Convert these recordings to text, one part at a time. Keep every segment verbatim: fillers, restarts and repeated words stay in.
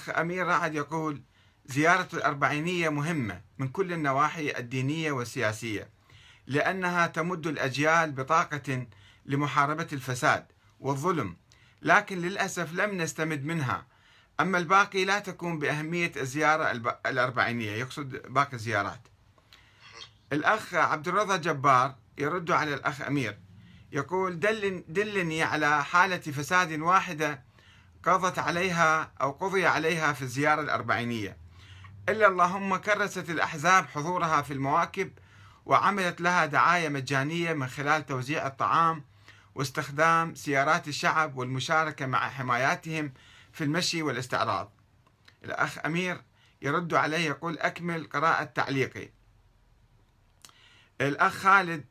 الأخ أمير رعد يقول: زيارة الأربعينية مهمة من كل النواحي الدينية والسياسية، لأنها تمد الأجيال بطاقة لمحاربة الفساد والظلم، لكن للأسف لم نستمد منها. أما الباقي لا تكون بأهمية الزيارة الأربعينية، يقصد باقي الزيارات. الأخ عبد الرضا جبار يرد على الأخ أمير، يقول: دل دلني على حالة فساد واحدة قضت عليها أو قضي عليها في الزيارة الأربعينية، إلا اللهم كرست الأحزاب حضورها في المواكب وعملت لها دعاية مجانية من خلال توزيع الطعام واستخدام سيارات الشعب والمشاركة مع حماياتهم في المشي والاستعراض. الأخ أمير يرد عليه يقول: أكمل قراءة تعليقي. الأخ خالد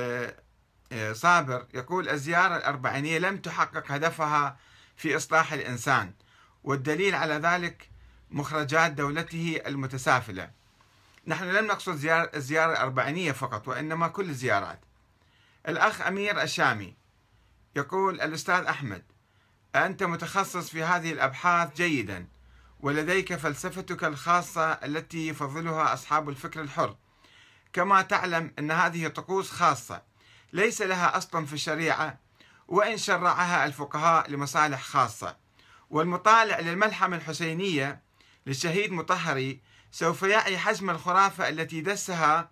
صابر يقول: الزيارة الأربعينية لم تحقق هدفها في إصلاح الإنسان، والدليل على ذلك مخرجات دولته المتسافلة. نحن لم نقصد الزيارة الأربعينية فقط، وإنما كل الزيارات. الأخ أمير الشامي يقول: الأستاذ أحمد، أنت متخصص في هذه الأبحاث جيدا، ولديك فلسفتك الخاصة التي يفضلها أصحاب الفكر الحر. كما تعلم أن هذه طقوس خاصة ليس لها أصلا في الشريعة، وإن شرعها الفقهاء لمصالح خاصة. والمطالع للملحمة الحسينية للشهيد مطهري سوف يعي حجم الخرافة التي دسها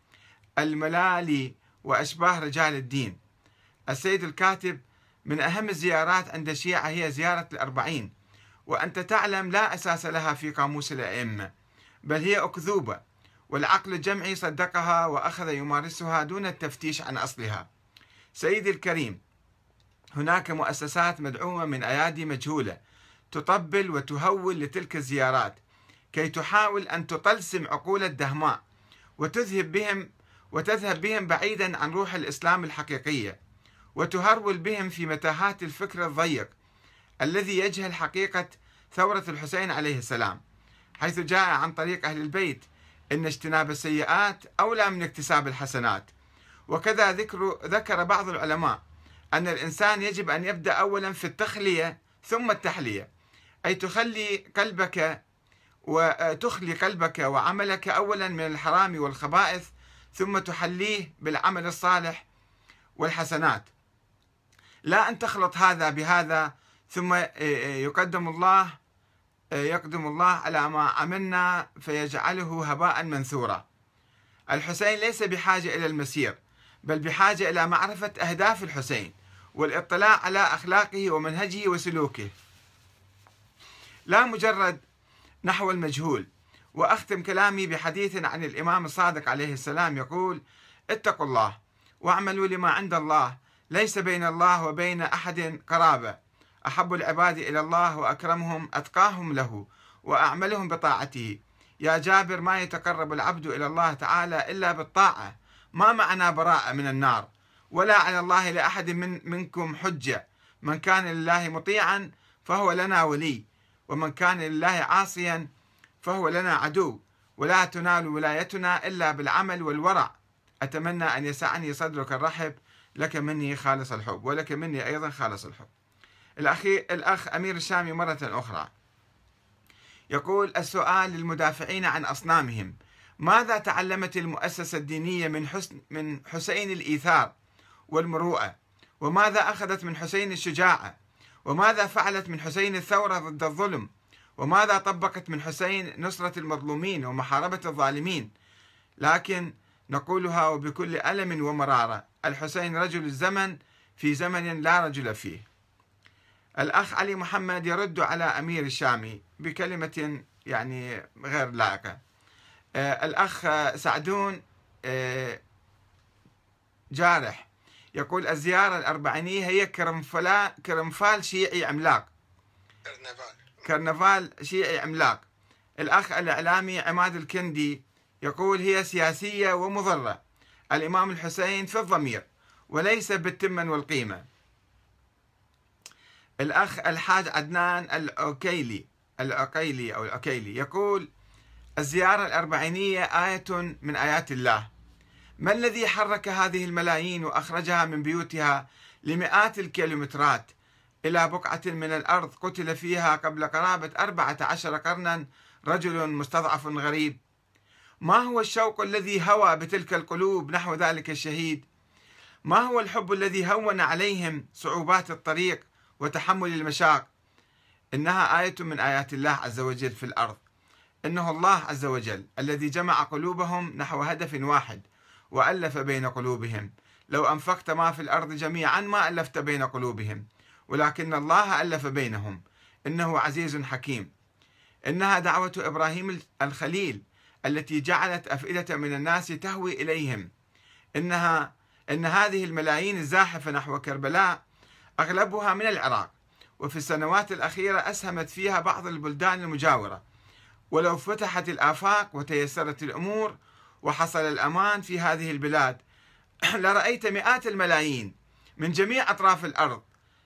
الملالي وأشباه رجال الدين. السيد الكاتب: من أهم الزيارات عند الشيعة هي زيارة الأربعين، وأنت تعلم لا أساس لها في قاموس الأئمة، بل هي أكذوبة، والعقل الجمعي صدقها وأخذ يمارسها دون التفتيش عن أصلها. سيدي الكريم، هناك مؤسسات مدعومة من أيادي مجهولة تطبل وتهول لتلك الزيارات كي تحاول أن تطلسم عقول الدهماء وتذهب بهم وتذهب بهم بعيدا عن روح الإسلام الحقيقية، وتهرول بهم في متاهات الفكر الضيق الذي يجهل حقيقة ثورة الحسين عليه السلام، حيث جاء عن طريق أهل البيت إن اجتناب السيئات أولى من اكتساب الحسنات. وكذا ذكر ذكر بعض العلماء أن الإنسان يجب أن يبدأ أولا في التخلية ثم التحلية، أي تخلي قلبك وتخلي قلبك وعملك أولا من الحرام والخبائث، ثم تحليه بالعمل الصالح والحسنات، لا أن تخلط هذا بهذا ثم يقدم الله يقدم الله على ما عملنا فيجعله هباء منثورا. الحسين ليس بحاجة إلى المسير، بل بحاجة إلى معرفة أهداف الحسين والاطلاع على أخلاقه ومنهجه وسلوكه، لا مجرد نحو المجهول. وأختم كلامي بحديث عن الإمام الصادق عليه السلام يقول: اتقوا الله واعملوا لما عند الله، ليس بين الله وبين أحد قرابة، أحب العباد إلى الله وأكرمهم أتقاهم له وأعملهم بطاعته. يا جابر، ما يتقرب العبد إلى الله تعالى إلا بالطاعة، ما معنى براءة من النار، ولا على الله لأحد من منكم حجة، من كان لله مطيعا فهو لنا ولي، ومن كان لله عاصيا فهو لنا عدو، ولا تنال ولايتنا إلا بالعمل والورع. أتمنى أن يسعني صدرك الرحب، لك مني خالص الحب، ولك مني أيضا خالص الحب. الأخي الأخ أمير الشامي مرة أخرى يقول: السؤال للمدافعين عن أصنامهم: ماذا تعلمت المؤسسة الدينية من حسن من حسين الإيثار والمروءة؟ وماذا أخذت من حسين الشجاعة؟ وماذا فعلت من حسين الثورة ضد الظلم؟ وماذا طبقت من حسين نصرة المظلومين ومحاربة الظالمين؟ لكن نقولها وبكل ألم ومرارة: الحسين رجل الزمن في زمن لا رجل فيه. الأخ علي محمد يرد على أمير الشامي بكلمة يعني غير لائقة. آه الأخ سعدون آه جارح يقول: الزيارة الأربعينية هي كرنفال كرنفال شيعي عملاق، كرنفال كرنفال شيعي عملاق. الأخ الإعلامي عماد الكندي يقول: هي سياسية ومضرة. الإمام الحسين في الضمير وليس بالتمن والقيمة. الأخ الحاج عدنان العكيلي العقيلي أو العكيلي يقول: الزيارة الأربعينية آية من آيات الله. ما الذي حرك هذه الملايين وأخرجها من بيوتها لمئات الكيلومترات إلى بقعة من الأرض قتل فيها قبل قرابة أربعة عشر قرنا رجل مستضعف غريب؟ ما هو الشوق الذي هوى بتلك القلوب نحو ذلك الشهيد؟ ما هو الحب الذي هون عليهم صعوبات الطريق وتحمل المشاق؟ إنها آية من آيات الله عز وجل في الأرض. إنه الله عز وجل الذي جمع قلوبهم نحو هدف واحد وألف بين قلوبهم. لو أنفقت ما في الأرض جميعا ما ألفت بين قلوبهم، ولكن الله ألف بينهم، إنه عزيز حكيم. إنها دعوة إبراهيم الخليل التي جعلت أفئدة من الناس تهوي إليهم. إنها إن هذه الملايين الزاحفة نحو كربلاء أغلبها من العراق، وفي السنوات الأخيرة أسهمت فيها بعض البلدان المجاورة. ولو فتحت الآفاق وتيسرت الأمور وحصل الأمان في هذه البلاد لرأيت مئات الملايين من جميع أطراف الأرض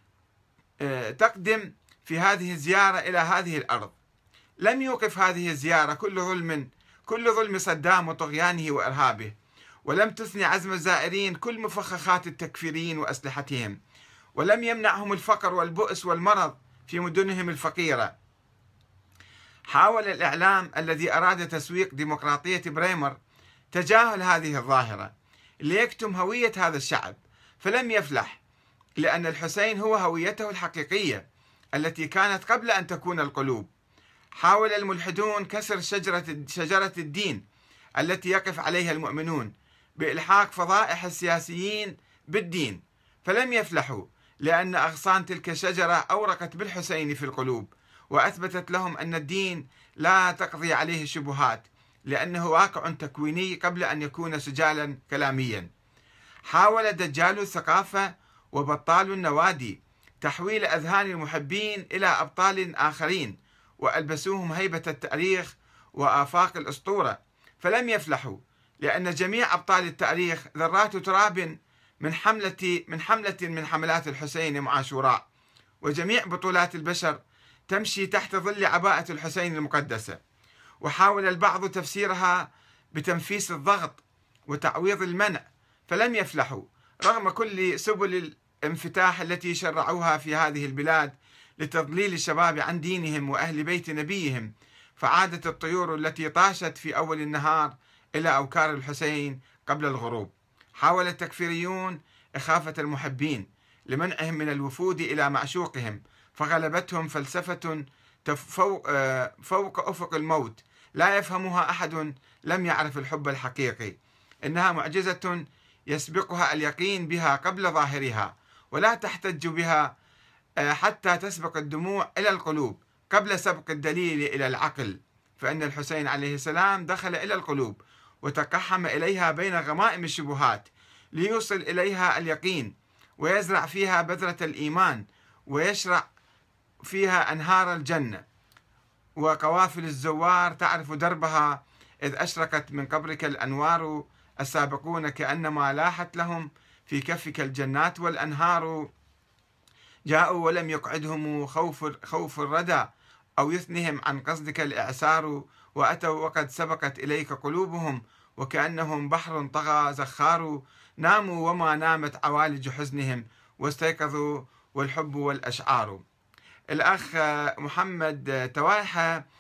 تقدم في هذه الزيارة إلى هذه الأرض. لم يوقف هذه الزيارة كل ظلم كل ظلم صدام وطغيانه وإرهابه، ولم تثني عزم الزائرين كل مفخخات التكفيريين وأسلحتهم، ولم يمنعهم الفقر والبؤس والمرض في مدنهم الفقيرة. حاول الإعلام الذي أراد تسويق ديمقراطية بريمر تجاهل هذه الظاهرة ليكتم هوية هذا الشعب، فلم يفلح، لأن الحسين هو هويته الحقيقية التي كانت قبل أن تكون القلوب. حاول الملحدون كسر شجرة شجرة الدين التي يقف عليها المؤمنون بإلحاق فضائح السياسيين بالدين، فلم يفلحوا، لأن أغصان تلك الشجرة أورقت بالحسين في القلوب، وأثبتت لهم أن الدين لا تقضي عليه الشبهات، لأنه واقع تكويني قبل أن يكون سجالا كلاميا. حاول دجال الثقافة وبطال النوادي تحويل أذهان المحبين إلى أبطال آخرين، وألبسوهم هيبة التاريخ وآفاق الأسطورة، فلم يفلحوا، لأن جميع أبطال التاريخ ذرات تراب من حملة من حملة من حملات الحسين مع عاشوراء، وجميع بطولات البشر تمشي تحت ظل عباءة الحسين المقدسة. وحاول البعض تفسيرها بتنفيس الضغط وتعويض المنع، فلم يفلحوا رغم كل سبل الانفتاح التي شرعوها في هذه البلاد لتضليل الشباب عن دينهم وأهل بيت نبيهم. فعادت الطيور التي طاشت في أول النهار إلى أوكار الحسين قبل الغروب. حاول التكفيريون إخافة المحبين لمنعهم من الوفود إلى معشوقهم، فغلبتهم فلسفة فوق أفق الموت لا يفهمها أحد لم يعرف الحب الحقيقي. إنها معجزة يسبقها اليقين بها قبل ظاهرها، ولا تحتج بها حتى تسبق الدموع إلى القلوب قبل سبق الدليل إلى العقل. فإن الحسين عليه السلام دخل إلى القلوب وتقحم إليها بين غمائم الشبهات ليوصل إليها اليقين، ويزرع فيها بذرة الإيمان، ويشرع فيها أنهار الجنة. وقوافل الزوار تعرف دربها، إذ أشرقت من قبرك الأنوار، السابقون كأنما لاحت لهم في كفك الجنات والأنهار. جاءوا ولم يقعدهم خوف خوف الردى أو يثنهم عن قصدك الإعسار، وأتوا وقد سبقت إليك قلوبهم وكأنهم بحر طغى زخار. ناموا وما نامت عوالج حزنهم، واستيقظوا والحب والأشعار. الأخ محمد توايحة